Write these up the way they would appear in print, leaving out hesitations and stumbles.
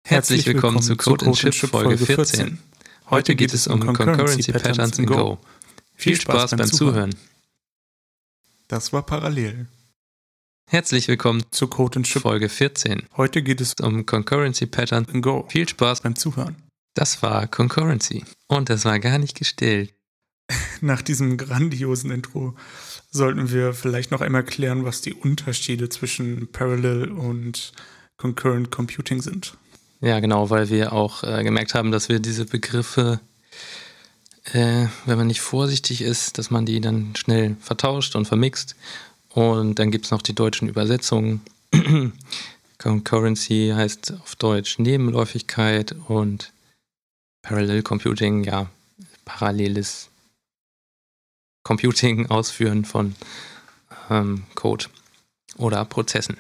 Herzlich willkommen zu Code and Chip Folge 14. Heute geht es um Concurrency Patterns in Go. Viel Spaß beim Zuhören. Das war parallel. Herzlich willkommen Zu Code and Chip Folge 14. Heute geht es Um Concurrency Patterns in Go. Viel Spaß beim Zuhören. Das war Concurrency. Und das war gar nicht gestellt. Nach diesem grandiosen Intro sollten wir vielleicht noch einmal klären, was die Unterschiede zwischen Parallel und Concurrent Computing sind. Ja, genau, weil wir auch gemerkt haben, dass wir diese Begriffe, wenn man nicht vorsichtig ist, dass man die dann schnell vertauscht und vermixt. Und dann gibt es noch die deutschen Übersetzungen. Concurrency heißt auf Deutsch Nebenläufigkeit und Parallel Computing, ja, paralleles Computing, Ausführen von Code oder Prozessen.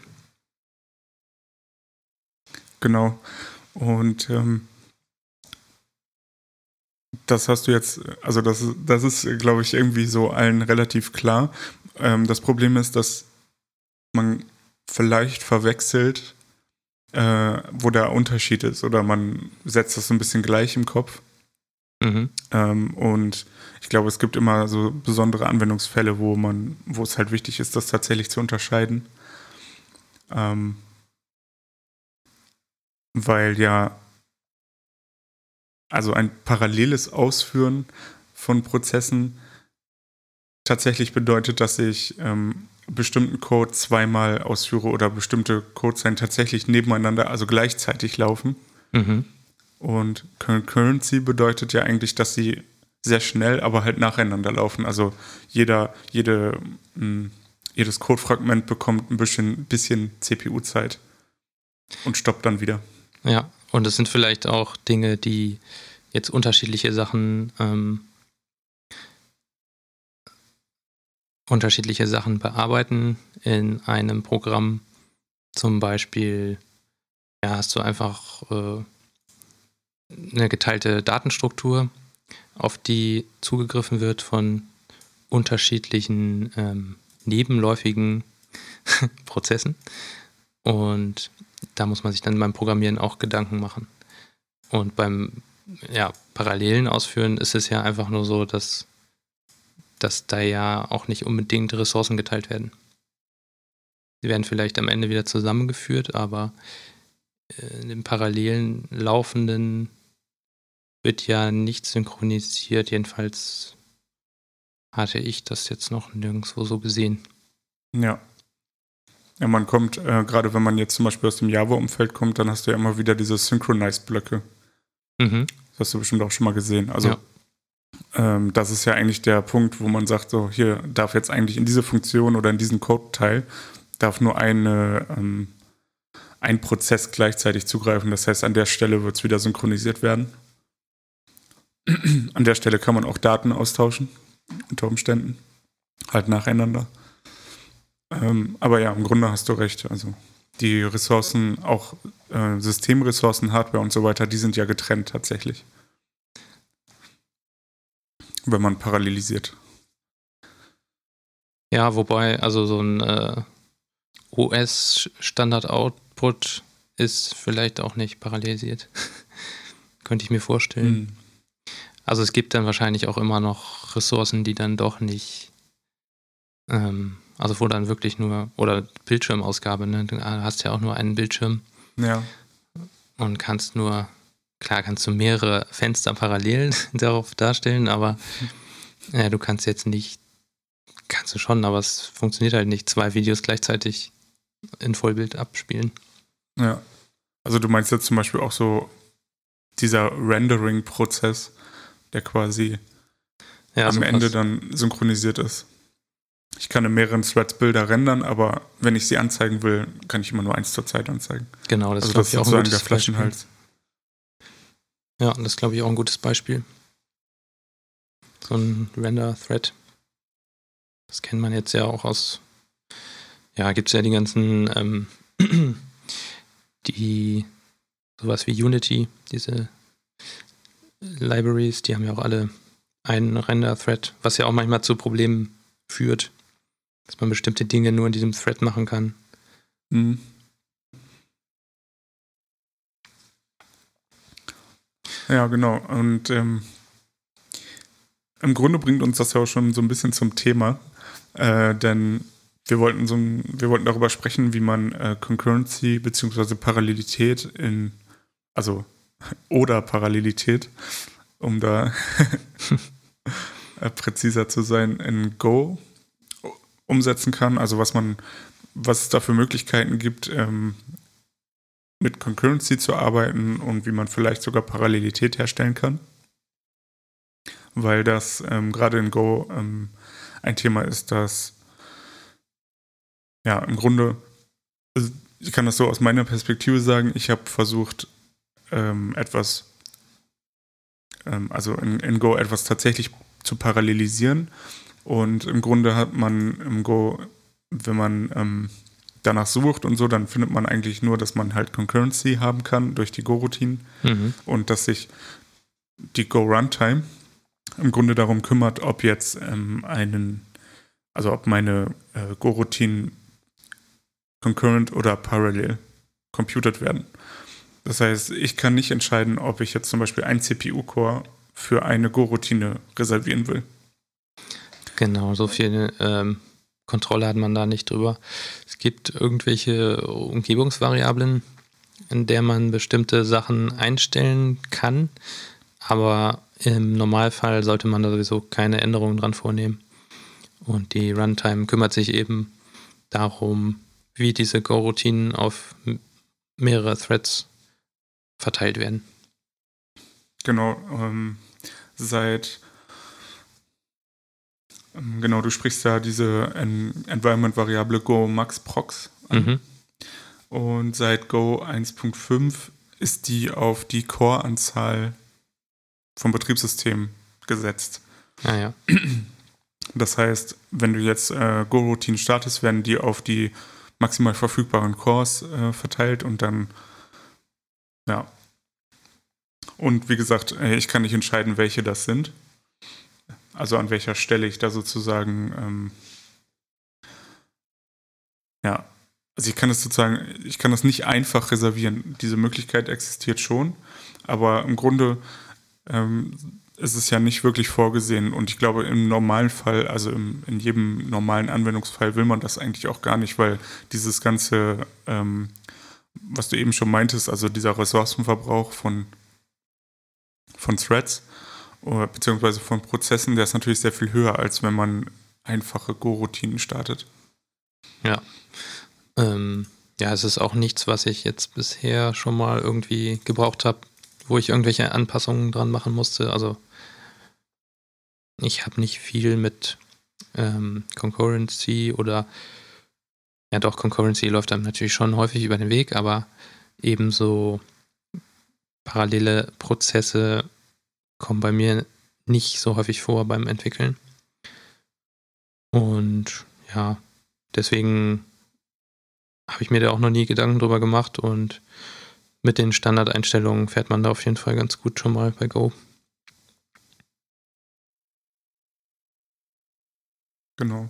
Genau. Und das hast du jetzt, also das ist, glaube ich, irgendwie so allen relativ klar. Das Problem ist, dass man vielleicht verwechselt, wo der Unterschied ist, oder man setzt das so ein bisschen gleich im Kopf. Mhm. Und ich glaube, es gibt immer so besondere Anwendungsfälle, wo es halt wichtig ist, das tatsächlich zu unterscheiden. Weil ja, also ein paralleles Ausführen von Prozessen tatsächlich bedeutet, dass ich bestimmten Code zweimal ausführe oder bestimmte Codezeilen tatsächlich nebeneinander, also gleichzeitig laufen. Mhm. Und Concurrency bedeutet ja eigentlich, dass sie sehr schnell, aber halt nacheinander laufen. Also jedes Codefragment bekommt ein bisschen CPU-Zeit und stoppt dann wieder. Ja, und es sind vielleicht auch Dinge, die jetzt unterschiedliche Sachen bearbeiten in einem Programm. Zum Beispiel, ja, hast du einfach eine geteilte Datenstruktur, auf die zugegriffen wird von unterschiedlichen nebenläufigen Prozessen. Und da muss man sich dann beim Programmieren auch Gedanken machen. Und beim parallelen Ausführen ist es ja einfach nur so, dass da ja auch nicht unbedingt Ressourcen geteilt werden. Sie werden vielleicht am Ende wieder zusammengeführt, aber in dem parallelen laufenden wird ja nicht synchronisiert. Jedenfalls hatte ich das jetzt noch nirgendwo so gesehen. Ja. Ja, man kommt, gerade wenn man jetzt zum Beispiel aus dem Java-Umfeld kommt, dann hast du ja immer wieder diese Synchronized-Blöcke. Mhm. Das hast du bestimmt auch schon mal gesehen. Also das ist ja eigentlich der Punkt, wo man sagt, so hier darf jetzt eigentlich in diese Funktion oder in diesen Code-Teil darf nur ein Prozess gleichzeitig zugreifen. Das heißt, an der Stelle wird es wieder synchronisiert werden. An der Stelle kann man auch Daten austauschen, unter Umständen, halt nacheinander. Aber ja, im Grunde hast du recht. Also die Ressourcen, auch Systemressourcen, Hardware und so weiter, die sind ja getrennt tatsächlich. Wenn man parallelisiert. Ja, wobei, also so ein OS-Standard-Output ist vielleicht auch nicht parallelisiert. Könnte ich mir vorstellen. Also es gibt dann wahrscheinlich auch immer noch Ressourcen, die dann doch nicht, also wo dann wirklich nur, oder Bildschirmausgabe, ne? Du hast ja auch nur einen Bildschirm. Ja. Und kannst du mehrere Fenster parallel darauf darstellen, aber du kannst jetzt nicht, kannst du schon, aber es funktioniert halt nicht, 2 Videos gleichzeitig in Vollbild abspielen. Ja. Also du meinst jetzt zum Beispiel auch so dieser Rendering-Prozess, der quasi am Ende dann synchronisiert ist. Ich kann in mehreren Threads Bilder rendern, aber wenn ich sie anzeigen will, kann ich immer nur eins zur Zeit anzeigen. Genau, das also ist auch ein gutes Flaschenhals. Ja, das ist, glaube ich, auch ein gutes Beispiel. So ein Render-Thread. Das kennt man jetzt ja auch aus, gibt es ja die ganzen, sowas wie Unity, diese Libraries, die haben ja auch alle einen Render-Thread, was ja auch manchmal zu Problemen führt, dass man bestimmte Dinge nur in diesem Thread machen kann. Mhm. Ja, genau. Und im Grunde bringt uns das ja auch schon so ein bisschen zum Thema, denn wir wollten darüber sprechen, wie man Concurrency bzw. Parallelität oder Parallelität, um da präziser zu sein, in Go umsetzen kann. Also was es da für Möglichkeiten gibt, mit Concurrency zu arbeiten und wie man vielleicht sogar Parallelität herstellen kann. Weil das gerade in Go ein Thema ist, das ja im Grunde, also ich kann das so aus meiner Perspektive sagen, ich habe versucht, in Go etwas tatsächlich zu parallelisieren. Und im Grunde hat man im Go, wenn man danach sucht und so, dann findet man eigentlich nur, dass man halt Concurrency haben kann durch die Go-Routinen und dass sich die Go-Runtime im Grunde darum kümmert, ob jetzt ob meine Go-Routinen concurrent oder parallel computed werden. Das heißt, ich kann nicht entscheiden, ob ich jetzt zum Beispiel einen CPU-Core für eine Go-Routine reservieren will. Genau, so viel Kontrolle hat man da nicht drüber. Es gibt irgendwelche Umgebungsvariablen, in der man bestimmte Sachen einstellen kann, aber im Normalfall sollte man da sowieso keine Änderungen dran vornehmen. Und die Runtime kümmert sich eben darum, wie diese Go-Routinen auf mehrere Threads verteilt werden. Genau, du sprichst ja diese Environment-Variable Go Max Prox an. Und seit Go 1.5 ist die auf die Core-Anzahl vom Betriebssystem gesetzt. Ah ja. Das heißt, wenn du jetzt Go-Routinen startest, werden die auf die maximal verfügbaren Cores verteilt und dann, ja. Und wie gesagt, ich kann nicht entscheiden, welche das sind. Also an welcher Stelle ich da sozusagen, also ich kann das nicht einfach reservieren. Diese Möglichkeit existiert schon, aber im Grunde ist es ja nicht wirklich vorgesehen und ich glaube im normalen Fall, also in jedem normalen Anwendungsfall will man das eigentlich auch gar nicht, weil dieses ganze, was du eben schon meintest, also dieser Ressourcenverbrauch von Threads beziehungsweise von Prozessen, der ist natürlich sehr viel höher, als wenn man einfache Go-Routinen startet. Ja. Es ist auch nichts, was ich jetzt bisher schon mal irgendwie gebraucht habe, wo ich irgendwelche Anpassungen dran machen musste. Also ich habe nicht viel mit Concurrency oder Concurrency läuft einem natürlich schon häufig über den Weg, aber ebenso parallele Prozesse kommen bei mir nicht so häufig vor beim Entwickeln. Und ja, deswegen habe ich mir da auch noch nie Gedanken drüber gemacht und mit den Standardeinstellungen fährt man da auf jeden Fall ganz gut schon mal bei Go. Genau.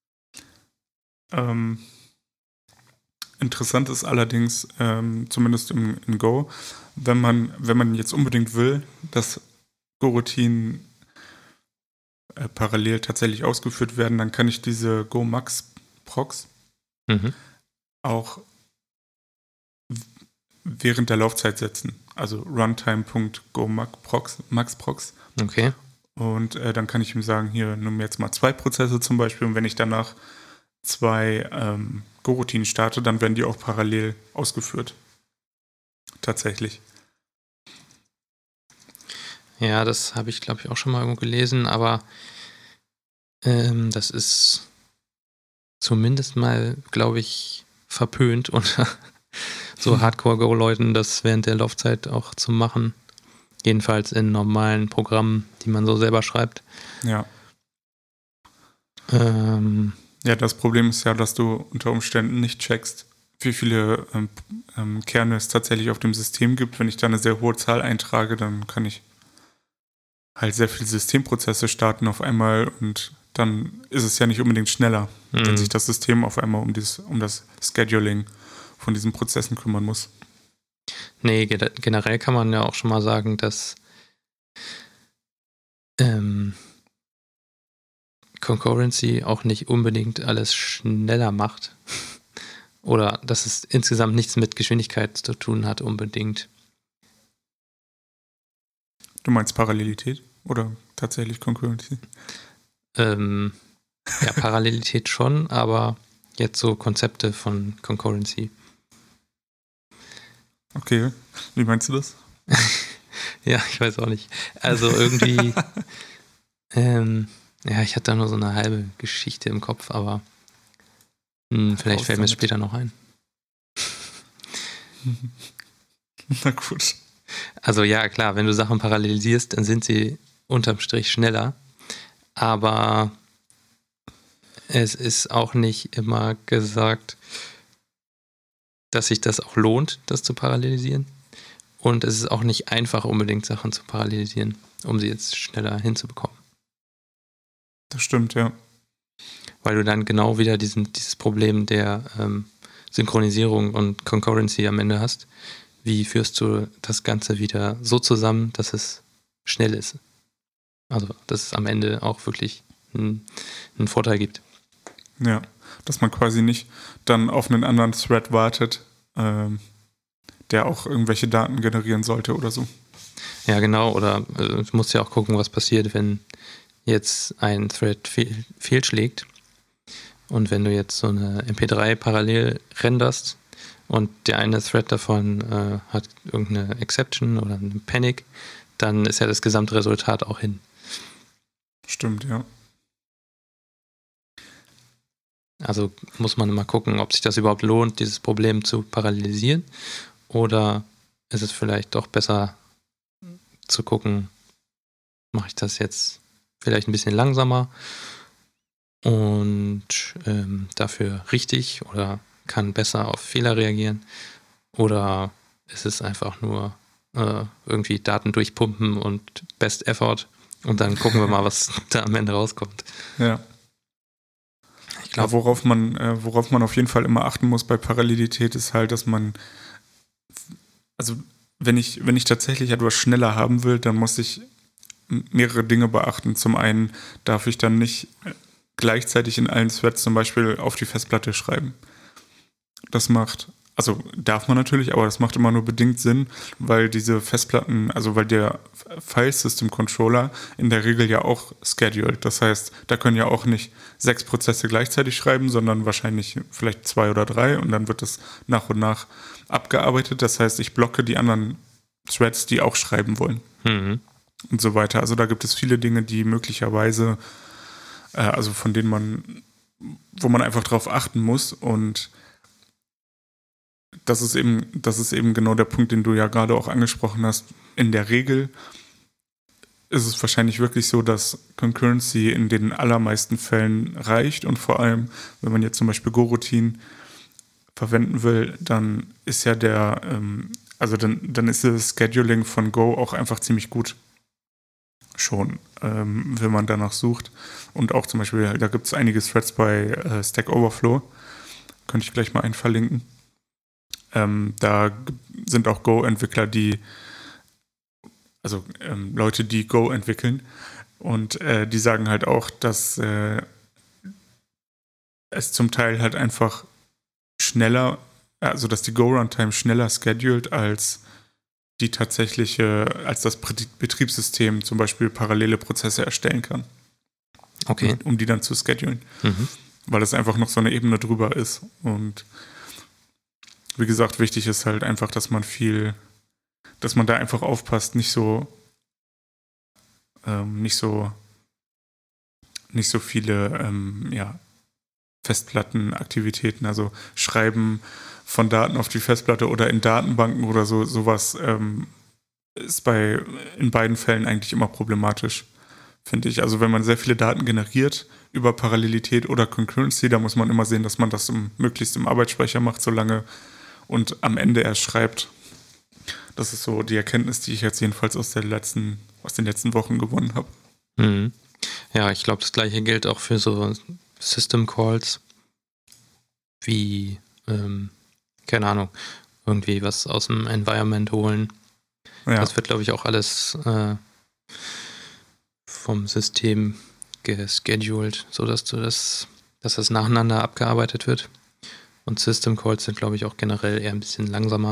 Interessant ist allerdings, zumindest in Go, wenn man jetzt unbedingt will, dass Go-Routinen parallel tatsächlich ausgeführt werden, dann kann ich diese Go Max Prox auch während der Laufzeit setzen. Also runtime.go Max Prox. Okay. Und dann kann ich ihm sagen, hier, nimm mir jetzt mal 2 Prozesse zum Beispiel und wenn ich danach 2 Go-Routinen starte, dann werden die auch parallel ausgeführt. Tatsächlich. Ja, das habe ich, glaube ich, auch schon mal irgendwo gelesen, aber das ist zumindest mal, glaube ich, verpönt unter so Hardcore-Go-Leuten, das während der Laufzeit auch zu machen. Jedenfalls in normalen Programmen, die man so selber schreibt. Ja. Ja, das Problem ist ja, dass du unter Umständen nicht checkst, wie viele Kerne es tatsächlich auf dem System gibt. Wenn ich da eine sehr hohe Zahl eintrage, dann kann ich halt sehr viele Systemprozesse starten auf einmal und dann ist es ja nicht unbedingt schneller, wenn sich das System auf einmal um das Scheduling von diesen Prozessen kümmern muss. Nee, generell kann man ja auch schon mal sagen, dass Concurrency auch nicht unbedingt alles schneller macht. Oder dass es insgesamt nichts mit Geschwindigkeit zu tun hat unbedingt. Du meinst Parallelität oder tatsächlich Concurrency? Ja, Parallelität schon, aber jetzt so Konzepte von Concurrency. Okay, wie meinst du das? Ja, ich weiß auch nicht. Also irgendwie, ja, ich hatte da nur so eine halbe Geschichte im Kopf, aber vielleicht fällt mir es später noch ein. Na gut. Also ja, klar, wenn du Sachen parallelisierst, dann sind sie unterm Strich schneller, aber es ist auch nicht immer gesagt, dass sich das auch lohnt, das zu parallelisieren. Und es ist auch nicht einfach, unbedingt Sachen zu parallelisieren, um sie jetzt schneller hinzubekommen. Das stimmt, ja. Weil du dann genau wieder dieses Problem der Synchronisierung und Concurrency am Ende hast. Wie führst du das Ganze wieder so zusammen, dass es schnell ist? Also, dass es am Ende auch wirklich einen Vorteil gibt. Ja, dass man quasi nicht dann auf einen anderen Thread wartet, der auch irgendwelche Daten generieren sollte oder so. Ja, genau. Oder du musst ja auch gucken, was passiert, wenn jetzt ein Thread fehlschlägt. Und wenn du jetzt so eine MP3 parallel renderst und der eine Thread davon hat irgendeine Exception oder eine Panic, dann ist ja das gesamte Resultat auch hin. Stimmt, ja. Also muss man mal gucken, ob sich das überhaupt lohnt, dieses Problem zu parallelisieren, oder ist es vielleicht doch besser zu gucken, mache ich das jetzt vielleicht ein bisschen langsamer und dafür richtig oder kann besser auf Fehler reagieren, oder ist es einfach nur irgendwie Daten durchpumpen und Best Effort und dann gucken wir mal, was da am Ende rauskommt. Ja. Ich glaube, worauf man auf jeden Fall immer achten muss bei Parallelität, ist halt, dass man, also wenn ich tatsächlich etwas schneller haben will, dann muss ich mehrere Dinge beachten. Zum einen darf ich dann nicht gleichzeitig in allen Threads zum Beispiel auf die Festplatte schreiben. Also darf man natürlich, aber das macht immer nur bedingt Sinn, weil diese Festplatten, also weil der File System Controller in der Regel ja auch scheduled. Das heißt, da können ja auch nicht 6 Prozesse gleichzeitig schreiben, sondern wahrscheinlich vielleicht 2 oder 3 und dann wird das nach und nach abgearbeitet. Das heißt, ich blocke die anderen Threads, die auch schreiben wollen. Und so weiter. Also da gibt es viele Dinge, die möglicherweise, also von denen wo man einfach drauf achten muss, und das ist eben genau der Punkt, den du ja gerade auch angesprochen hast. In der Regel ist es wahrscheinlich wirklich so, dass Concurrency in den allermeisten Fällen reicht, und vor allem, wenn man jetzt zum Beispiel Go-Routine verwenden will, dann ist ja dann ist das Scheduling von Go auch einfach ziemlich gut schon, wenn man danach sucht. Und auch zum Beispiel, da gibt es einige Threads bei Stack Overflow, könnte ich gleich mal einen verlinken. Da sind auch Go-Entwickler, Leute, die Go entwickeln, und die sagen halt auch, dass es zum Teil halt einfach schneller, also dass die Go-Runtime schneller scheduled als das Betriebssystem zum Beispiel parallele Prozesse erstellen kann. Okay. Um die dann zu schedulen. Weil das einfach noch so eine Ebene drüber ist. Und wie gesagt, wichtig ist halt einfach, dass man da einfach aufpasst, nicht so viele Festplattenaktivitäten, also Schreiben von Daten auf die Festplatte oder in Datenbanken oder sowas ist in beiden Fällen eigentlich immer problematisch, finde ich. Also wenn man sehr viele Daten generiert über Parallelität oder Concurrency, da muss man immer sehen, dass man das möglichst im Arbeitsspeicher macht, solange und am Ende erst schreibt. Das ist so die Erkenntnis, die ich jetzt jedenfalls aus den letzten Wochen gewonnen habe. Ja, ich glaube, das gleiche gilt auch für so System Calls wie, keine Ahnung, irgendwie was aus dem Environment holen. Ja. Das wird, glaube ich, auch alles vom System gescheduled, sodass dass das nacheinander abgearbeitet wird. Und System Calls sind, glaube ich, auch generell eher ein bisschen langsamer.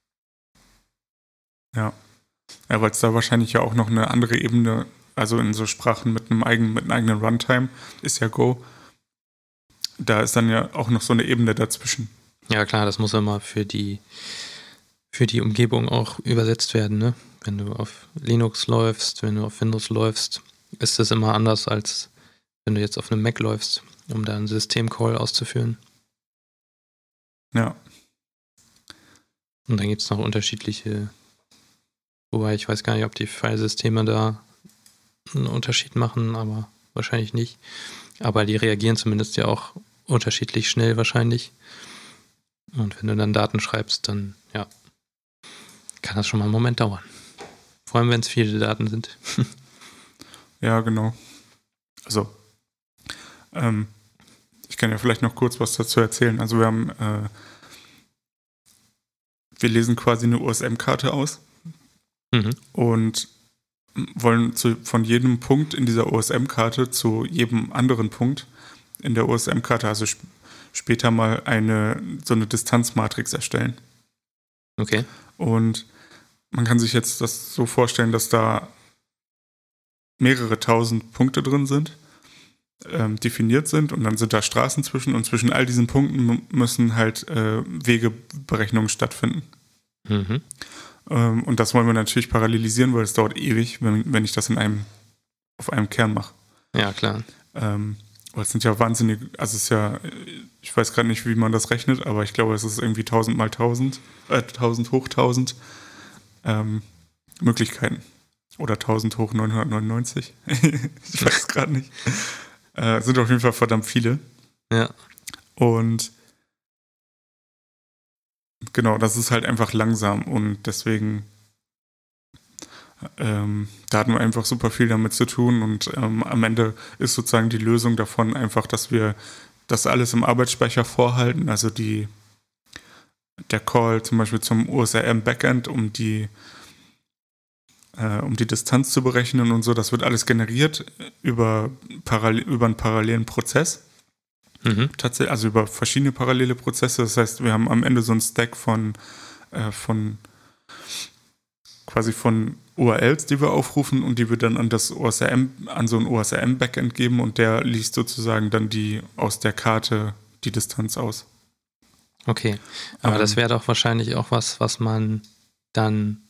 Ja, weil es da wahrscheinlich ja auch noch eine andere Ebene, also in so Sprachen mit einer eigenen Runtime, ist ja Go. Da ist dann ja auch noch so eine Ebene dazwischen. Ja klar, das muss immer für die Umgebung auch übersetzt werden, ne? Wenn du auf Linux läufst, wenn du auf Windows läufst, ist das immer anders, als wenn du jetzt auf einem Mac läufst, um da einen Systemcall auszuführen. Ja. Und dann gibt es noch unterschiedliche, wobei ich weiß gar nicht, ob die Filesysteme da einen Unterschied machen, aber wahrscheinlich nicht. Aber die reagieren zumindest ja auch unterschiedlich schnell wahrscheinlich. Und wenn du dann Daten schreibst, dann ja, kann das schon mal einen Moment dauern. Vor allem, wenn es viele Daten sind. Ja, genau. Also, ich kann ja vielleicht noch kurz was dazu erzählen. Also wir lesen quasi eine USM-Karte aus und wollen von jedem Punkt in dieser USM-Karte zu jedem anderen Punkt in der USM-Karte, also später mal so eine Distanzmatrix erstellen. Okay. Und man kann sich jetzt das so vorstellen, dass da mehrere tausend Punkte drin sind, definiert sind, und dann sind da Straßen zwischen, und zwischen all diesen Punkten müssen halt Wegeberechnungen stattfinden. Und das wollen wir natürlich parallelisieren, weil es dauert ewig, wenn ich das auf einem Kern mache. Ja, klar. Weil es sind ja wahnsinnig, also es ist ja, ich weiß gerade nicht, wie man das rechnet, aber ich glaube, es ist irgendwie 1000 mal 1000, 1000 hoch 1000 Möglichkeiten. Oder 1000 hoch 999. Ich weiß gerade nicht. Sind auf jeden Fall verdammt viele. Ja. Und genau, das ist halt einfach langsam, und deswegen da hatten wir einfach super viel damit zu tun, und am Ende ist sozusagen die Lösung davon einfach, dass wir das alles im Arbeitsspeicher vorhalten, also der Call zum Beispiel zum USRM-Backend, um die Distanz zu berechnen und so, das wird alles generiert über einen parallelen Prozess. Tatsächlich, also über verschiedene parallele Prozesse. Das heißt, wir haben am Ende so einen Stack von URLs, die wir aufrufen und die wir dann an so ein OSRM-Backend geben, und der liest sozusagen dann aus der Karte die Distanz aus. Okay, aber das wäre doch wahrscheinlich auch was man dann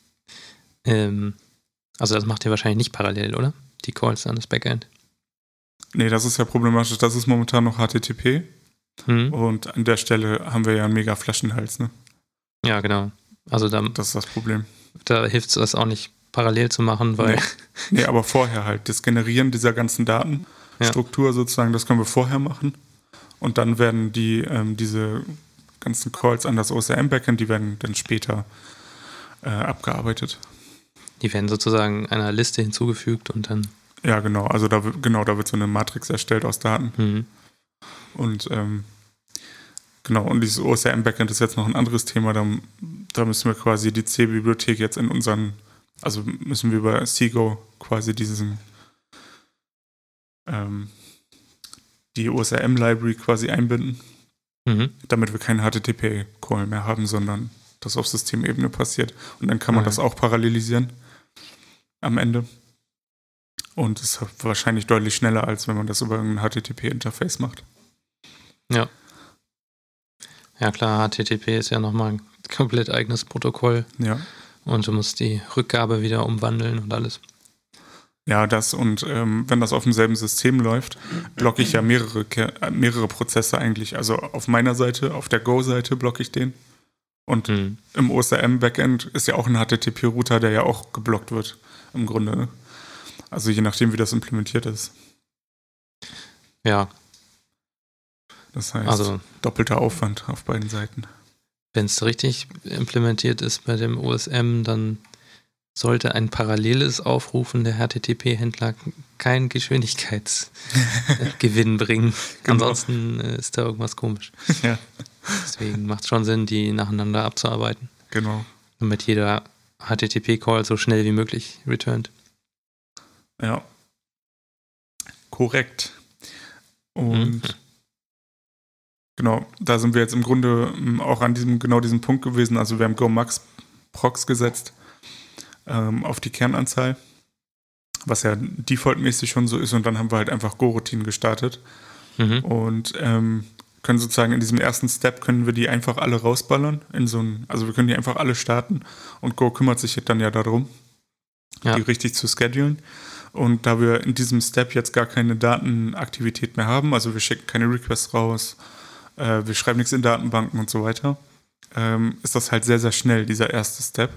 also das macht ihr wahrscheinlich nicht parallel, oder? Die Calls an das Backend. Nee, das ist ja problematisch. Das ist momentan noch HTTP. Und an der Stelle haben wir ja einen mega Flaschenhals, ne? Ja, genau. Also das ist das Problem. Da hilft es das auch nicht parallel zu machen, weil... Nee, aber vorher halt. Das Generieren dieser ganzen Datenstruktur sozusagen, das können wir vorher machen. Und dann werden diese ganzen Calls an das OSRM-Backend, die werden dann später abgearbeitet. Die werden sozusagen einer Liste hinzugefügt und dann... Ja, genau. Also da wird so eine Matrix erstellt aus Daten. Und genau, und dieses OSRM-Backend ist jetzt noch ein anderes Thema. Da müssen wir quasi die C-Bibliothek jetzt also müssen wir über Seago quasi die OSRM-Library quasi einbinden, damit wir keinen HTTP-Call mehr haben, sondern das auf Systemebene passiert. Und dann kann man das auch parallelisieren am Ende. Und es ist wahrscheinlich deutlich schneller, als wenn man das über ein HTTP-Interface macht. Ja. Ja klar, HTTP ist ja nochmal ein komplett eigenes Protokoll. Ja. Und du musst die Rückgabe wieder umwandeln und alles. Ja, und wenn das auf demselben System läuft, blocke ich ja mehrere Prozesse eigentlich. Also auf meiner Seite, auf der Go-Seite blocke ich den. Und im OSRM-Backend ist ja auch ein HTTP-Router, der ja auch geblockt wird, im Grunde. Ne? Also je nachdem, wie das implementiert ist. Ja. Das heißt, doppelter Aufwand auf beiden Seiten. Wenn es richtig implementiert ist bei dem OSM, dann sollte ein paralleles Aufrufen der HTTP-Händler keinen Geschwindigkeitsgewinn bringen. Genau. Ansonsten ist da irgendwas komisch. Ja. Deswegen macht es schon Sinn, die nacheinander abzuarbeiten. Genau. Damit jeder HTTP-Call so schnell wie möglich returnt. Ja. Korrekt. Und genau, da sind wir jetzt im Grunde auch an diesem Punkt gewesen. Also wir haben GoMax Prox gesetzt auf die Kernanzahl, was ja defaultmäßig schon so ist. Und dann haben wir halt einfach Go-Routinen gestartet. Und können sozusagen in diesem ersten Step können wir die einfach alle rausballern. Also wir können die einfach alle starten. Und Go kümmert sich dann ja darum, die richtig zu schedulen. Und da wir in diesem Step jetzt gar keine Datenaktivität mehr haben, also wir schicken keine Requests raus, wir schreiben nichts in Datenbanken und so weiter, ist das halt sehr, sehr schnell, dieser erste Step.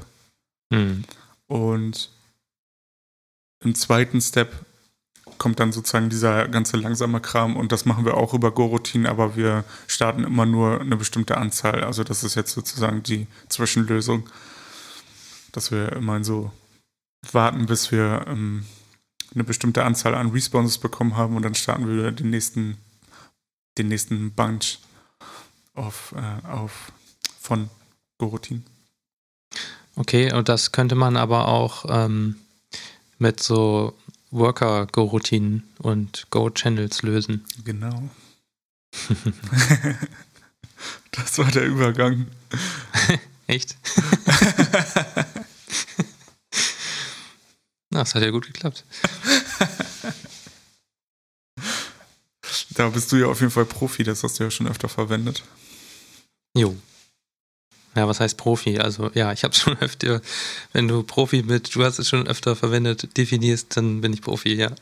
Und im zweiten Step kommt dann sozusagen dieser ganze langsame Kram und das machen wir auch über Go-Routinen, aber wir starten immer nur eine bestimmte Anzahl. Also das ist jetzt sozusagen die Zwischenlösung, dass wir immer so warten, bis wir eine bestimmte Anzahl an Responses bekommen haben und dann starten wir wieder den nächsten Bunch von Go-Routinen. Okay, und das könnte man aber auch mit so Worker-Go-Routinen und Go-Channels lösen. Genau. Das war der Übergang. Echt? Na, das hat ja gut geklappt. Da bist du ja auf jeden Fall Profi, das hast du ja schon öfter verwendet. Jo. Ja, was heißt Profi? Also ja, ich habe schon öfter, wenn du Profi du hast es schon öfter verwendet, definierst, dann bin ich Profi, ja.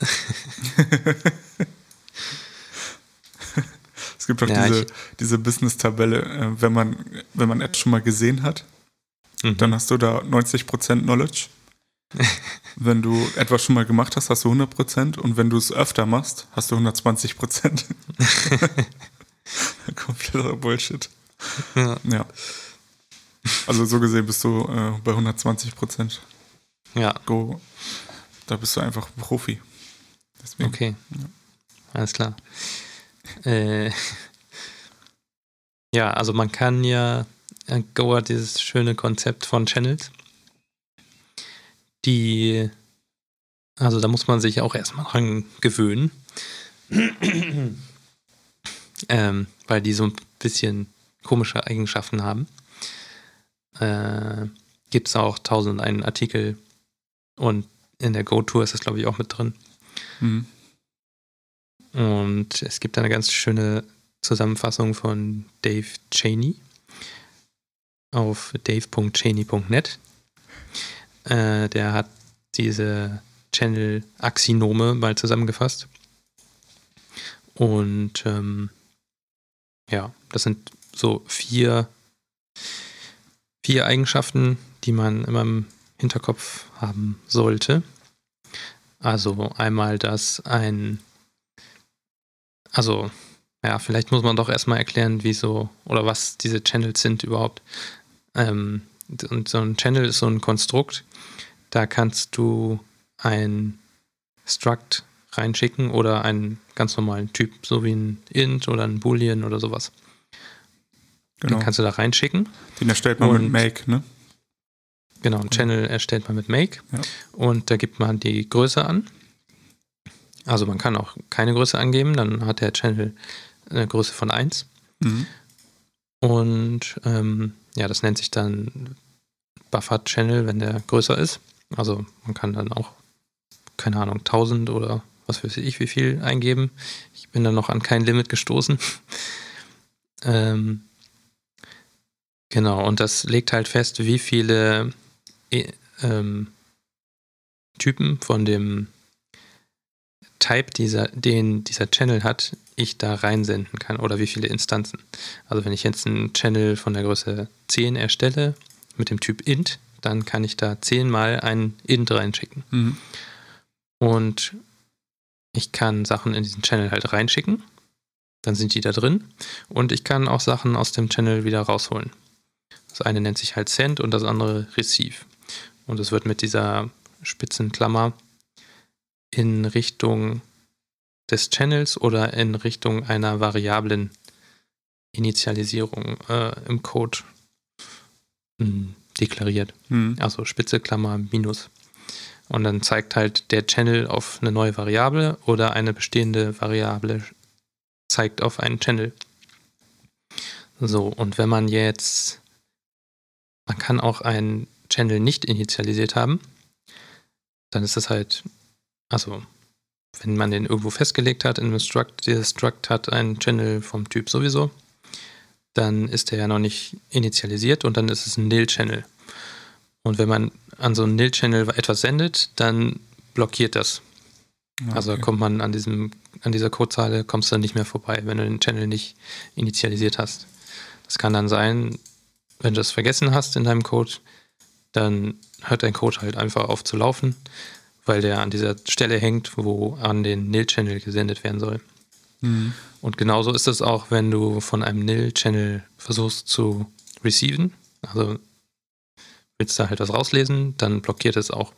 Es gibt auch diese Business-Tabelle, wenn man etwas schon mal gesehen hat, dann hast du da 90% Knowledge. Wenn du etwas schon mal gemacht hast, hast du 100% und wenn du es öfter machst, hast du 120%. Kompletter Bullshit. Ja. Also so gesehen bist du bei 120%. Ja. Go. Da bist du einfach ein Profi. Deswegen, okay. Ja. Alles klar. Ja, also man kann ja Go hat dieses schöne Konzept von Channels. Also da muss man sich auch erstmal dran gewöhnen. Weil die so ein bisschen komische Eigenschaften haben. Gibt es auch 1001 Artikel und in der Go-Tour ist das, glaube ich, auch mit drin. Und es gibt eine ganz schöne Zusammenfassung von Dave Cheney auf dave.cheney.net. Der hat diese Channel-Axinome mal zusammengefasst. Und das sind so vier Eigenschaften, die man immer im Hinterkopf haben sollte. Also einmal, vielleicht muss man doch erstmal erklären, wieso oder was diese Channels sind überhaupt. Und so ein Channel ist so ein Konstrukt, da kannst du ein Struct reinschicken oder einen ganz normalen Typ, so wie ein Int oder ein Boolean oder sowas. Genau. Den kannst du da reinschicken. Den erstellt man mit Make, ne? Genau, einen Channel erstellt man mit Make. Ja. Und da gibt man die Größe an. Also man kann auch keine Größe angeben, dann hat der Channel eine Größe von 1. Und das nennt sich dann Buffer Channel, wenn der größer ist. Also man kann dann auch, keine Ahnung, 1000 oder was weiß ich, wie viel eingeben. Ich bin dann noch an kein Limit gestoßen. Genau, und das legt halt fest, wie viele Typen von dem Type, den dieser Channel hat, ich da reinsenden kann oder wie viele Instanzen. Also wenn ich jetzt einen Channel von der Größe 10 erstelle mit dem Typ int, dann kann ich da 10 mal einen int reinschicken. Und ich kann Sachen in diesen Channel halt reinschicken, dann sind die da drin und ich kann auch Sachen aus dem Channel wieder rausholen. Das eine nennt sich halt Send und das andere Receive. Und es wird mit dieser spitzen Klammer in Richtung des Channels oder in Richtung einer Variablen Initialisierung im Code deklariert. Also Spitze, Klammer, Minus. Und dann zeigt halt der Channel auf eine neue Variable oder eine bestehende Variable zeigt auf einen Channel. So, und wenn man kann auch einen Channel nicht initialisiert haben, dann ist das halt, also wenn man den irgendwo festgelegt hat in einem Struct, dieses Struct hat einen Channel vom Typ sowieso, dann ist der ja noch nicht initialisiert und dann ist es ein Nil-Channel. Und wenn man an so einen Nil-Channel etwas sendet, dann blockiert das. Okay. Also kommt man an dieser Codezeile, kommst du dann nicht mehr vorbei, wenn du den Channel nicht initialisiert hast. Das kann dann sein, wenn du das vergessen hast in deinem Code, dann hört dein Code halt einfach auf zu laufen, weil der an dieser Stelle hängt, wo an den Nil-Channel gesendet werden soll. Mhm. Und genauso ist es auch, wenn du von einem Nil-Channel versuchst zu receiven, also willst du halt was rauslesen, dann blockiert es auch.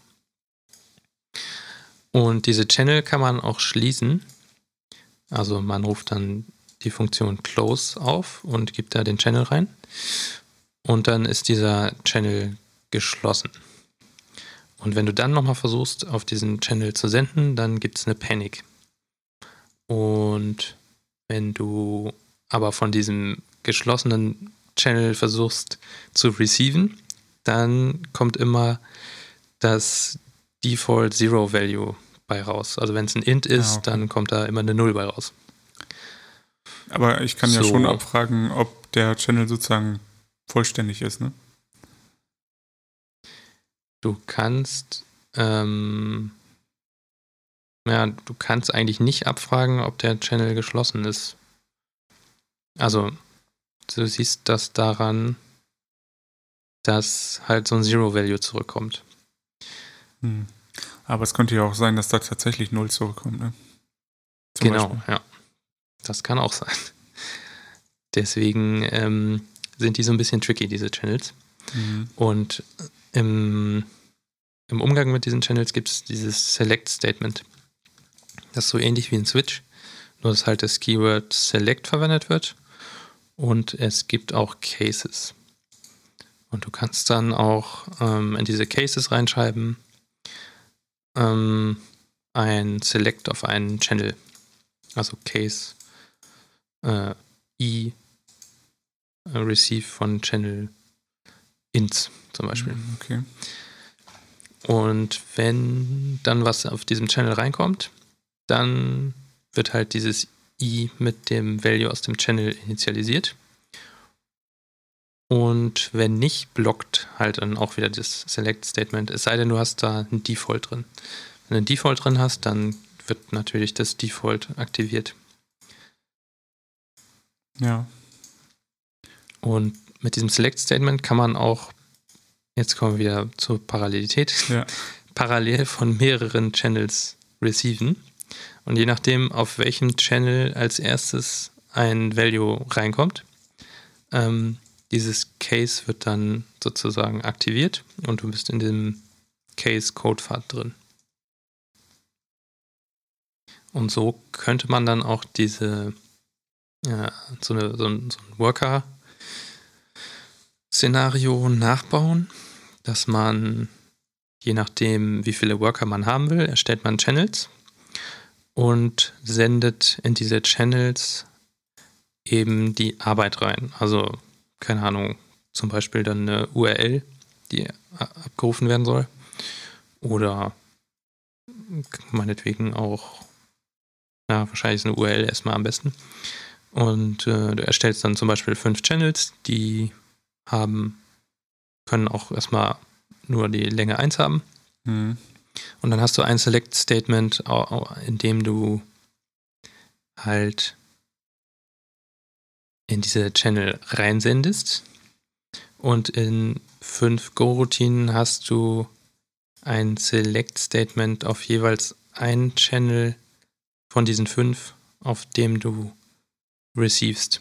Und diese Channel kann man auch schließen. Also man ruft dann die Funktion close auf und gibt da den Channel rein. Und dann ist dieser Channel geschlossen. Und wenn du dann nochmal versuchst, auf diesen Channel zu senden, dann gibt es eine Panic. Und wenn du aber von diesem geschlossenen Channel versuchst zu receiven, dann kommt immer das Default Zero Value bei raus. Also wenn es ein Int ist, dann kommt da immer eine 0 bei raus. Aber ich kann ja schon abfragen, ob der Channel sozusagen vollständig ist, ne? Du kannst du kannst eigentlich nicht abfragen, ob der Channel geschlossen ist. Also du siehst das daran, dass halt so ein Zero-Value zurückkommt. Aber es könnte ja auch sein, dass da tatsächlich 0 zurückkommt, ne? Genau, Beispiel. Ja. Das kann auch sein. Deswegen sind die so ein bisschen tricky, diese Channels. Mhm. Und im Umgang mit diesen Channels gibt es dieses Select-Statement. Das ist so ähnlich wie ein Switch, nur dass halt das Keyword Select verwendet wird und es gibt auch Cases. Und du kannst dann auch in diese Cases reinschreiben ein Select auf einen Channel. Also Case Receive von Channel Ints zum Beispiel. Okay. Und wenn dann was auf diesem Channel reinkommt, dann wird halt dieses I mit dem Value aus dem Channel initialisiert. Und wenn nicht, blockt halt dann auch wieder das Select-Statement, es sei denn, du hast da ein Default drin. Wenn du ein Default drin hast, dann wird natürlich das Default aktiviert. Ja. Und mit diesem Select-Statement kann man auch, jetzt kommen wir wieder zur Parallelität, parallel von mehreren Channels receiven. Und je nachdem, auf welchem Channel als erstes ein Value reinkommt, dieses Case wird dann sozusagen aktiviert und du bist in dem Case-Code-Pfad drin. Und so könnte man dann auch so ein Worker-Szenario nachbauen, dass man, je nachdem, wie viele Worker man haben will, erstellt man Channels und sendet in diese Channels eben die Arbeit rein. Also, keine Ahnung, zum Beispiel dann eine URL, die abgerufen werden soll. Oder meinetwegen auch, wahrscheinlich ist eine URL erstmal am besten. Und du erstellst dann zum Beispiel 5 Channels, die können auch erstmal nur die Länge 1 haben. Mhm. Und dann hast du ein Select-Statement, in dem du halt in diese Channel reinsendest. Und in 5 Go-Routinen hast du ein Select-Statement auf jeweils einen Channel von diesen 5, auf dem du receivest.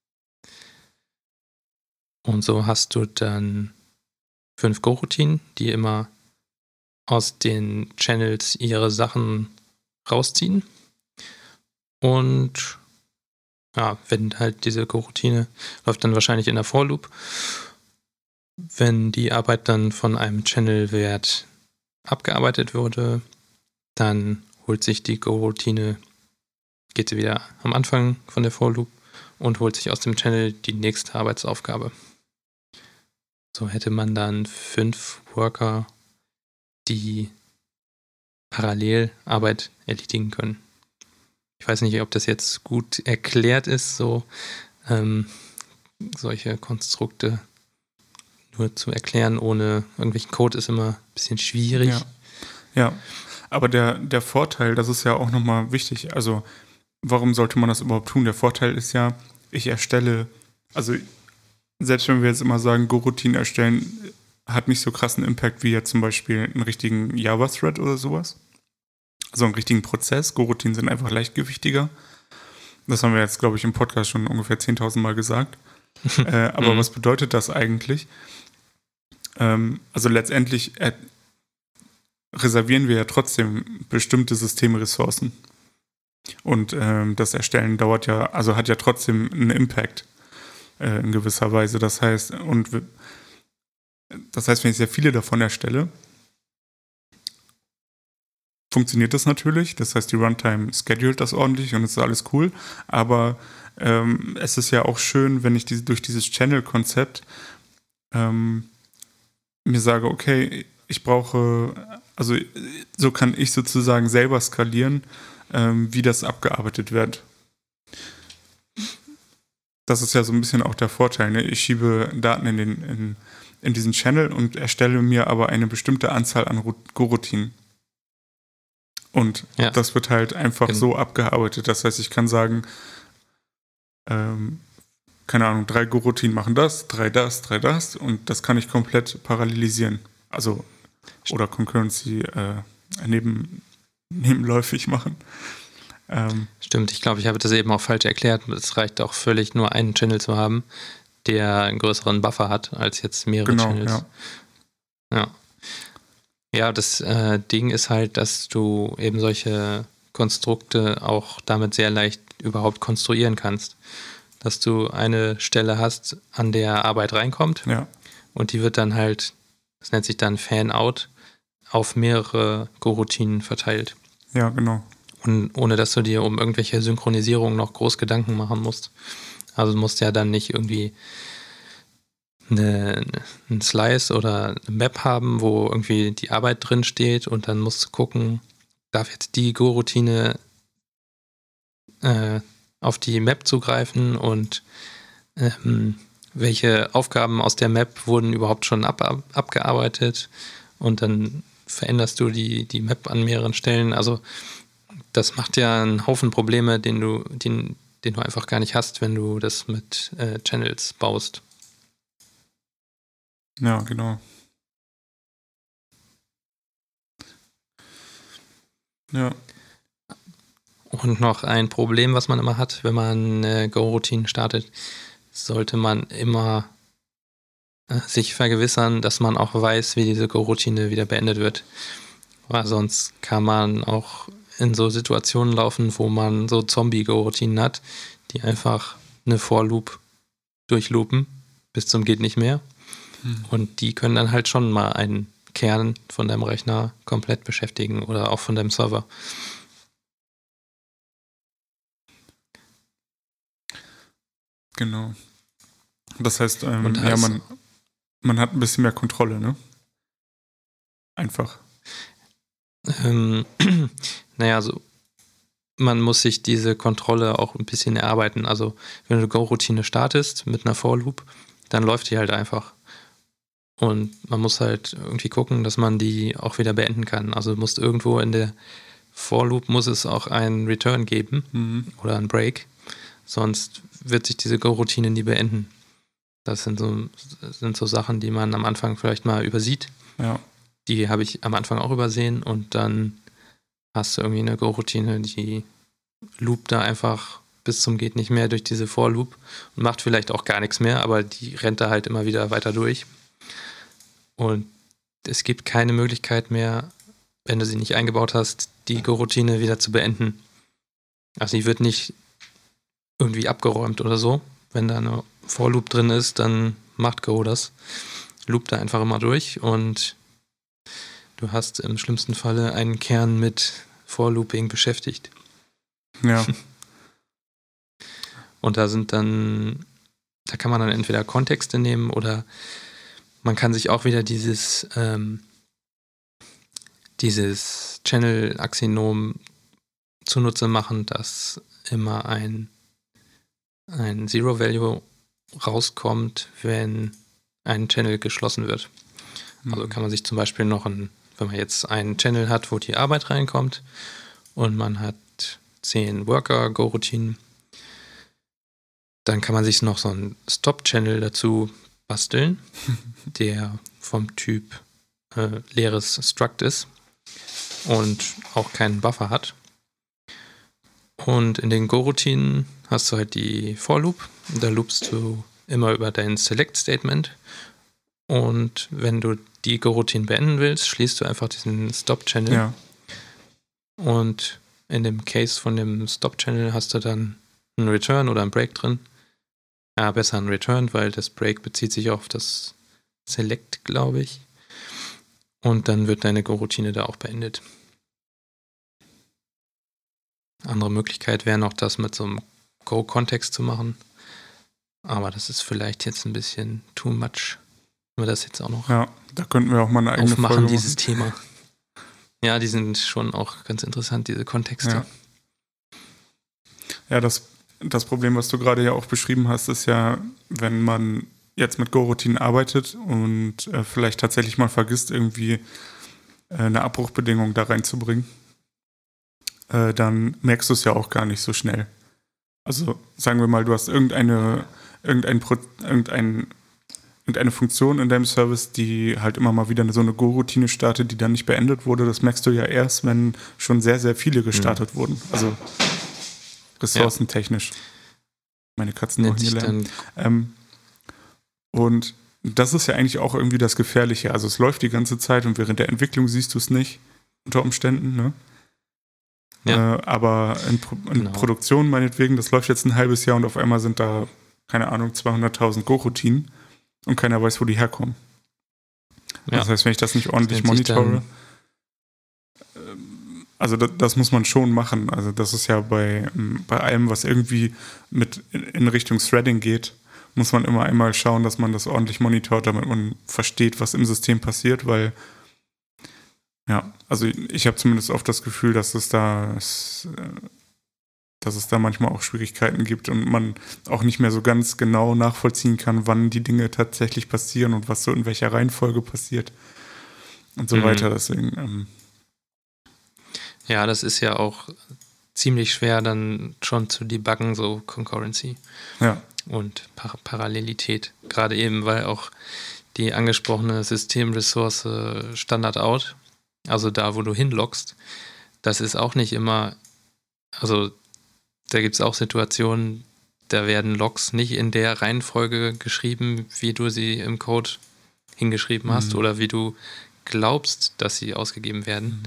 Und so hast du dann 5 Go-Routinen, die immer aus den Channels ihre Sachen rausziehen. Und wenn halt diese Go-Routine läuft dann wahrscheinlich in der For-Loop. Wenn die Arbeit dann von einem Channel-Wert abgearbeitet wurde, dann holt sich die Go-Routine, geht sie wieder am Anfang von der For-Loop und holt sich aus dem Channel die nächste Arbeitsaufgabe. So hätte man dann 5 Worker, die parallel Arbeit erledigen können. Ich weiß nicht, ob das jetzt gut erklärt ist, so solche Konstrukte nur zu erklären ohne irgendwelchen Code ist immer ein bisschen schwierig. Ja. Aber der Vorteil, das ist ja auch nochmal wichtig, also warum sollte man das überhaupt tun? Der Vorteil ist ja, ich erstelle, also selbst wenn wir jetzt immer sagen, Go-Routinen erstellen, hat nicht so krassen Impact wie jetzt zum Beispiel einen richtigen Java-Thread oder sowas. Also einen richtigen Prozess. Go-Routinen sind einfach leichtgewichtiger. Das haben wir jetzt, glaube ich, im Podcast schon ungefähr 10.000 Mal gesagt. Aber was bedeutet das eigentlich? Also letztendlich reservieren wir ja trotzdem bestimmte Systemressourcen. Und das Erstellen dauert ja, also hat ja trotzdem einen Impact in gewisser Weise. Das heißt, wenn ich sehr viele davon erstelle, funktioniert das natürlich. Das heißt, die Runtime schedult das ordentlich und es ist alles cool. Aber es ist ja auch schön, wenn ich durch dieses Channel-Konzept mir sage, okay, ich brauche, also so kann ich sozusagen selber skalieren, wie das abgearbeitet wird. Das ist ja so ein bisschen auch der Vorteil. Ne? Ich schiebe Daten in diesen Channel und erstelle mir aber eine bestimmte Anzahl an Go-Routinen. Und das wird halt einfach so abgearbeitet. Das heißt, ich kann sagen, keine Ahnung, 3 Go-Routinen machen das, 3 das, 3 das und das kann ich komplett parallelisieren. Also, oder Concurrency nebenläufig machen. Stimmt, ich glaube, ich habe das eben auch falsch erklärt. Es reicht auch völlig, nur einen Channel zu haben, der einen größeren Buffer hat, als jetzt mehrere Channels. Ja, das Ding ist halt, dass du eben solche Konstrukte auch damit sehr leicht überhaupt konstruieren kannst. Dass du eine Stelle hast, an der Arbeit reinkommt und die wird dann halt, das nennt sich dann Fan-Out, auf mehrere Go-Routinen verteilt. Ja, genau. Und ohne dass du dir um irgendwelche Synchronisierungen noch groß Gedanken machen musst. Also du musst ja dann nicht irgendwie einen Slice oder eine Map haben, wo irgendwie die Arbeit drin steht und dann musst du gucken, darf jetzt die Go-Routine auf die Map zugreifen und welche Aufgaben aus der Map wurden überhaupt schon abgearbeitet und dann veränderst du die Map an mehreren Stellen. Also das macht ja einen Haufen Probleme, den du einfach gar nicht hast, wenn du das mit Channels baust. Ja, genau. Ja. Und noch ein Problem, was man immer hat, wenn man eine Go-Routine startet, sollte man immer sich vergewissern, dass man auch weiß, wie diese Go-Routine wieder beendet wird. Weil sonst kann man auch in so Situationen laufen, wo man so Zombie-Go-Routinen hat, die einfach eine For-Loop durchloopen bis zum geht nicht mehr. Und die können dann halt schon mal einen Kern von deinem Rechner komplett beschäftigen oder auch von deinem Server. Genau. Das heißt, man hat ein bisschen mehr Kontrolle, ne? Einfach. Naja, so man muss sich diese Kontrolle auch ein bisschen erarbeiten. Also wenn du Go-Routine startest mit einer For-Loop, dann läuft die halt einfach. Und man muss halt irgendwie gucken, dass man die auch wieder beenden kann. Also du musst irgendwo in der For-Loop muss es auch einen Return geben oder einen Break. Sonst wird sich diese Go-Routine nie beenden. Das sind so Sachen, die man am Anfang vielleicht mal übersieht. Ja. Die habe ich am Anfang auch übersehen und dann hast du irgendwie eine Go-Routine, die loopt da einfach bis zum geht nicht mehr durch diese For-Loop und macht vielleicht auch gar nichts mehr, aber die rennt da halt immer wieder weiter durch. Und es gibt keine Möglichkeit mehr, wenn du sie nicht eingebaut hast, die Go-Routine wieder zu beenden. Also die wird nicht irgendwie abgeräumt oder so. Wenn da eine For-Loop drin ist, dann macht Go das. Loopt da einfach immer durch und du hast im schlimmsten Falle einen Kern mit For-Looping beschäftigt. Ja. Und da kann man dann entweder Kontexte nehmen oder man kann sich auch wieder dieses Channel-Axiom zunutze machen, dass immer ein Zero-Value rauskommt, wenn ein Channel geschlossen wird. Also kann man sich zum Beispiel noch wenn man jetzt einen Channel hat, wo die Arbeit reinkommt und man hat 10 Worker-Go-Routinen, dann kann man sich noch so einen Stop-Channel dazu basteln, der vom Typ leeres Struct ist und auch keinen Buffer hat. Und in den Go-Routinen hast du halt die For-Loop. Da loopst du immer über dein Select-Statement. Und wenn du die Go-Routine beenden willst, schließt du einfach diesen Stop-Channel. Ja. Und in dem Case von dem Stop-Channel hast du dann einen Return oder einen Break drin. Ja, besser ein Return, weil das Break bezieht sich auf das Select, glaube ich. Und dann wird deine Go-Routine da auch beendet. Andere Möglichkeit wäre noch, das mit so einem Go-Kontext zu machen. Aber das ist vielleicht jetzt ein bisschen too much. Wenn wir das jetzt auch noch da könnten wir auch mal eine eigene aufmachen, Folge dieses Thema. Ja, die sind schon auch ganz interessant, diese Kontexte. Ja, das Problem, was du gerade ja auch beschrieben hast, ist ja, wenn man jetzt mit Go-Routinen arbeitet und vielleicht tatsächlich mal vergisst, irgendwie eine Abbruchbedingung da reinzubringen, dann merkst du es ja auch gar nicht so schnell. Also sagen wir mal, du hast irgendeine Funktion in deinem Service, die halt immer mal wieder so eine Go-Routine startet, die dann nicht beendet wurde. Das merkst du ja erst, wenn schon sehr, sehr viele gestartet wurden. Also ressourcentechnisch. Meine Katzen noch nie lernen. Und das ist ja eigentlich auch irgendwie das Gefährliche. Also es läuft die ganze Zeit und während der Entwicklung siehst du es nicht, unter Umständen, ne? Ja. Aber in Produktion meinetwegen, das läuft jetzt ein halbes Jahr und auf einmal sind da, keine Ahnung, 200.000 Go-Routinen und keiner weiß, wo die herkommen. Ja. Das heißt, wenn ich das nicht ordentlich monitore, also das muss man schon machen. Also das ist ja bei allem, was irgendwie in Richtung Threading geht, muss man immer einmal schauen, dass man das ordentlich monitort, damit man versteht, was im System passiert, weil ja, also ich habe zumindest oft das Gefühl, dass es da manchmal auch Schwierigkeiten gibt und man auch nicht mehr so ganz genau nachvollziehen kann, wann die Dinge tatsächlich passieren und was so in welcher Reihenfolge passiert und so weiter. Deswegen ja, das ist ja auch ziemlich schwer dann schon zu debuggen, so Concurrency und Parallelität. Gerade eben, weil auch die angesprochene Systemressource Standard-Out, also da, wo du hinloggst, das ist auch nicht immer, also da gibt es auch Situationen, da werden Logs nicht in der Reihenfolge geschrieben, wie du sie im Code hingeschrieben hast oder wie du glaubst, dass sie ausgegeben werden.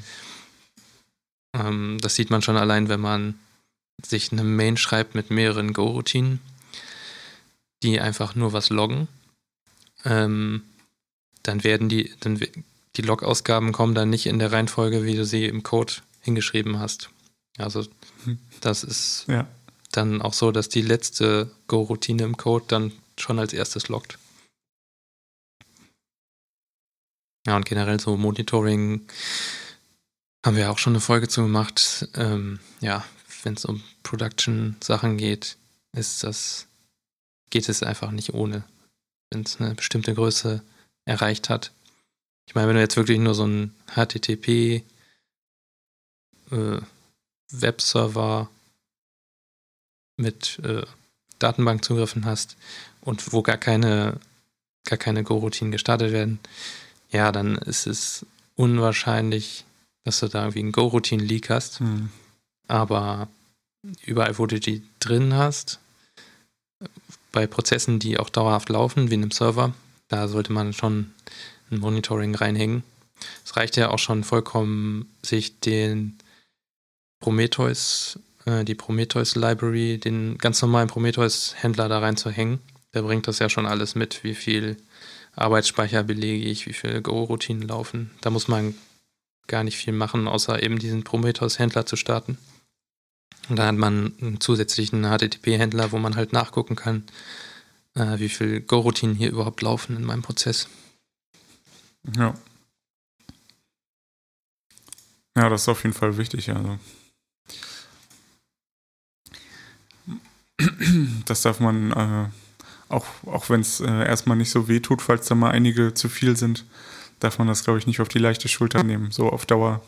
Das sieht man schon allein, wenn man sich eine Main schreibt mit mehreren Go-Routinen, die einfach nur was loggen. Dann werden die Log-Ausgaben kommen dann nicht in der Reihenfolge, wie du sie im Code hingeschrieben hast. Also das ist dann auch so, dass die letzte Go-Routine im Code dann schon als erstes loggt. Ja, und generell so Monitoring haben wir auch schon eine Folge zu gemacht. Wenn es um Production-Sachen geht, geht es einfach nicht ohne, wenn es eine bestimmte Größe erreicht hat. Ich meine, wenn du jetzt wirklich nur so einen HTTP Webserver mit Datenbankzugriffen hast und wo gar keine Go-Routinen gestartet werden, ja, dann ist es unwahrscheinlich, dass du da irgendwie einen Go-Routine-Leak hast. Aber überall, wo du die drin hast, bei Prozessen, die auch dauerhaft laufen, wie in einem Server, da sollte man schon ein Monitoring reinhängen. Es reicht ja auch schon vollkommen, sich den Prometheus die Prometheus Library, den ganz normalen Prometheus-Händler da reinzuhängen. Der bringt das ja schon alles mit, wie viel Arbeitsspeicher belege ich, wie viele Go-Routinen laufen. Da muss man gar nicht viel machen, außer eben diesen Prometheus-Händler zu starten. Und dann hat man einen zusätzlichen HTTP-Händler, wo man halt nachgucken kann, wie viele Go-Routinen hier überhaupt laufen in meinem Prozess. Ja. Ja, das ist auf jeden Fall wichtig. Also. Das darf man, auch wenn es erstmal nicht so weh tut, falls da mal einige zu viel sind, darf man das, glaube ich, nicht auf die leichte Schulter nehmen, so auf Dauer.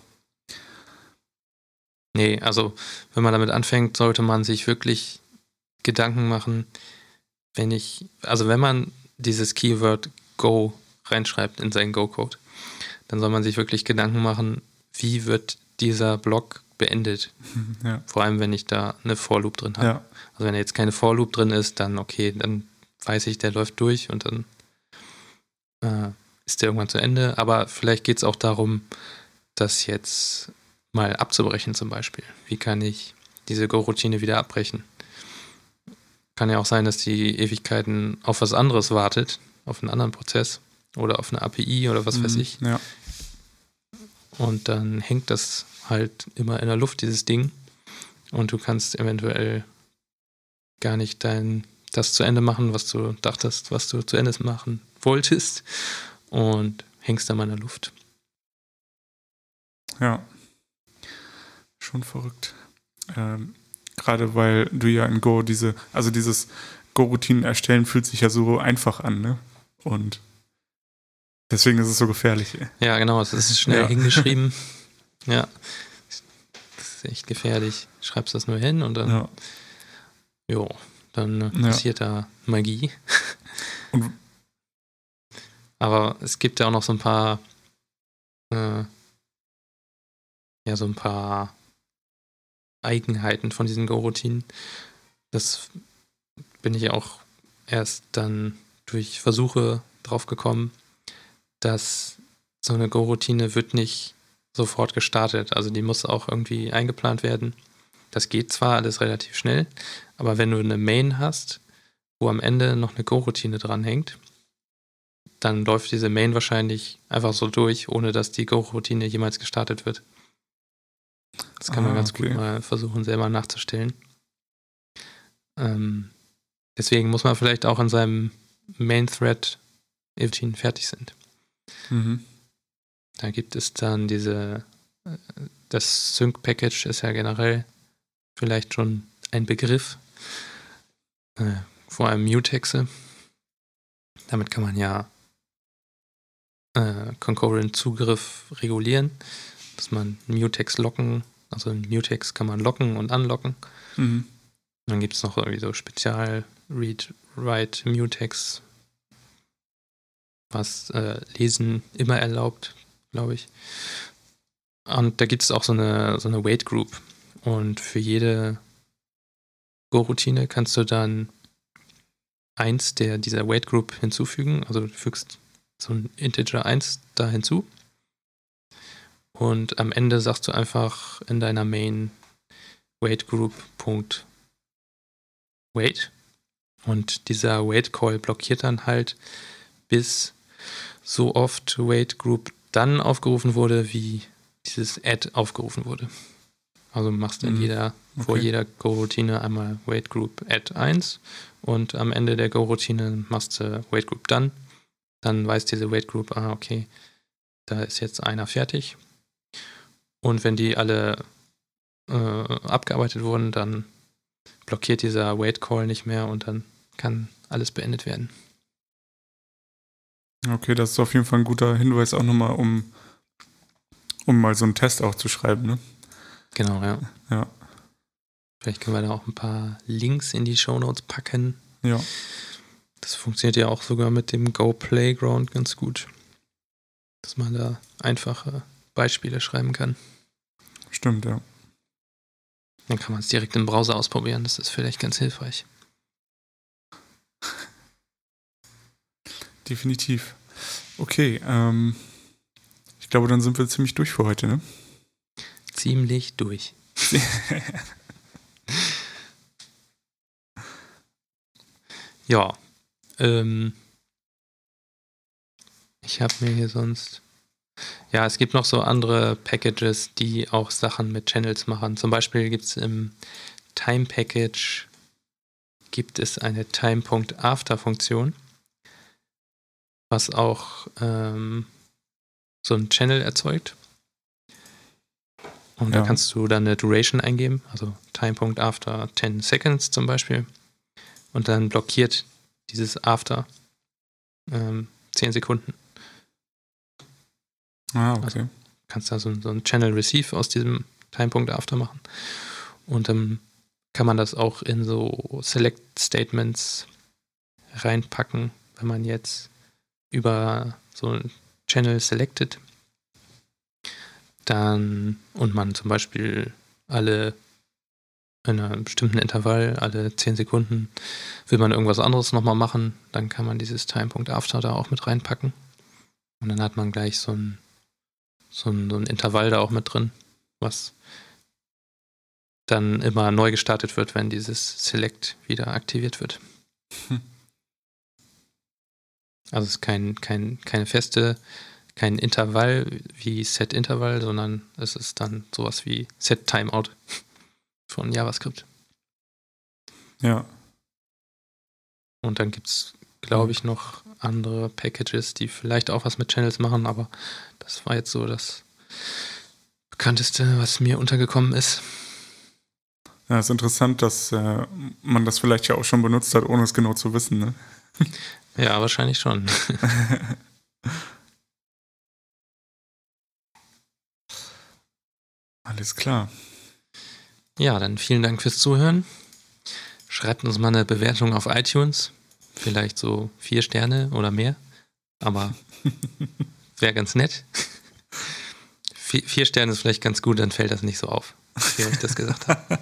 Nee, also wenn man damit anfängt, sollte man sich wirklich Gedanken machen, wenn man dieses Keyword Go reinschreibt in seinen Go-Code, dann soll man sich wirklich Gedanken machen, wie wird dieser Block beendet. Ja. Vor allem, wenn ich da eine For-Loop drin habe. Ja. Also wenn da jetzt keine For-Loop drin ist, dann okay, dann weiß ich, der läuft durch und dann ist der irgendwann zu Ende. Aber vielleicht geht es auch darum, das jetzt mal abzubrechen zum Beispiel. Wie kann ich diese Go-Routine wieder abbrechen? Kann ja auch sein, dass die Ewigkeiten auf was anderes wartet, auf einen anderen Prozess oder auf eine API oder was weiß ich. Ja. Und dann hängt das halt immer in der Luft, dieses Ding. Und du kannst eventuell gar nicht das zu Ende machen, was du dachtest, was du zu Ende machen wolltest. Und hängst dann mal in der Luft. Ja. Schon verrückt. Gerade weil du ja in Go dieses Go-Routinen erstellen fühlt sich ja so einfach an, ne? Und deswegen ist es so gefährlich. Ja, genau, es ist schnell hingeschrieben. Ja, das ist echt gefährlich. Schreibst das nur hin und dann dann passiert da Magie. Und aber es gibt ja auch noch so ein paar Eigenheiten von diesen Go-Routinen. Das bin ich auch erst dann durch Versuche drauf gekommen, dass so eine Go-Routine wird nicht sofort gestartet. Also die muss auch irgendwie eingeplant werden. Das geht zwar alles relativ schnell, aber wenn du eine Main hast, wo am Ende noch eine Go-Routine dranhängt, dann läuft diese Main wahrscheinlich einfach so durch, ohne dass die Go-Routine jemals gestartet wird. Das kann man ganz gut mal versuchen, selber nachzustellen. Deswegen muss man vielleicht auch an seinem Main-Thread Routinen fertig sind. Mhm. Da gibt es dann das Sync-Package ist ja generell vielleicht schon ein Begriff, vor allem Mutexe. Damit kann man ja Concurrent-Zugriff regulieren, dass man Mutex locken, also ein Mutex kann man locken und unlocken. Mhm. Dann gibt es noch irgendwie so Spezial-Read-Write-Mutex, was Lesen immer erlaubt, glaube ich. Und da gibt es auch so eine Wait Group. Und für jede Go-Routine kannst du dann eins dieser Wait Group hinzufügen. Also du fügst so ein Integer 1 da hinzu. Und am Ende sagst du einfach in deiner Main Wait Group.wait. Und dieser Wait Call blockiert dann halt, bis so oft Wait Group dann aufgerufen wurde, wie dieses Add aufgerufen wurde. Also machst du vor jeder Go-Routine einmal Wait Group Add 1 und am Ende der Go-Routine machst du Wait Group Done. Dann weiß diese Wait Group, okay, da ist jetzt einer fertig. Und wenn die alle abgearbeitet wurden, dann blockiert dieser Wait Call nicht mehr und dann kann alles beendet werden. Okay, das ist auf jeden Fall ein guter Hinweis auch nochmal, um mal so einen Test auch zu schreiben, ne? Genau, ja. Vielleicht können wir da auch ein paar Links in die Shownotes packen. Ja. Das funktioniert ja auch sogar mit dem Go Playground ganz gut. Dass man da einfache Beispiele schreiben kann. Stimmt, ja. Dann kann man es direkt im Browser ausprobieren. Das ist vielleicht ganz hilfreich. Definitiv. Okay, ich glaube, dann sind wir ziemlich durch für heute, ne? Ziemlich durch. Ja. Ich habe mir hier sonst... Ja, es gibt noch so andere Packages, die auch Sachen mit Channels machen. Zum Beispiel gibt es im Time Package eine Time.After-Funktion, was auch so einen Channel erzeugt. Und da kannst du dann eine Duration eingeben, also Time.After 10 Seconds zum Beispiel. Und dann blockiert dieses After 10 Sekunden. Okay. Also kannst da so ein Channel Receive aus diesem Time.After machen. Und dann kann man das auch in so Select Statements reinpacken, wenn man jetzt über so einen Channel selected, dann und man zum Beispiel in einem bestimmten Intervall, alle 10 Sekunden, will man irgendwas anderes nochmal machen, dann kann man dieses Time.After da auch mit reinpacken. Und dann hat man gleich so ein Intervall da auch mit drin, was dann immer neu gestartet wird, wenn dieses Select wieder aktiviert wird. Also es ist kein Intervall wie Set-Intervall, sondern es ist dann sowas wie Set-Timeout von JavaScript. Ja. Und dann gibt es, glaube ich, noch andere Packages, die vielleicht auch was mit Channels machen, aber das war jetzt so das Bekannteste, was mir untergekommen ist. Ja, ist interessant, dass man das vielleicht ja auch schon benutzt hat, ohne es genau zu wissen, ne? Ja, wahrscheinlich schon. Alles klar. Ja, dann vielen Dank fürs Zuhören. Schreibt uns mal eine Bewertung auf iTunes. Vielleicht so 4 Sterne oder mehr. Aber wäre ganz nett. 4 Sterne ist vielleicht ganz gut, dann fällt das nicht so auf, wie ich das gesagt habe.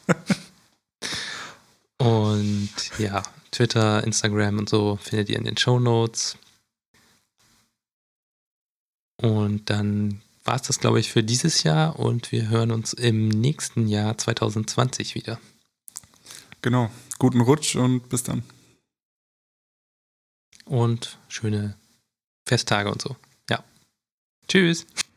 Und ja, Twitter, Instagram und so findet ihr in den Shownotes. Und dann war es das, glaube ich, für dieses Jahr und wir hören uns im nächsten Jahr 2020 wieder. Genau. Guten Rutsch und bis dann. Und schöne Festtage und so. Ja. Tschüss.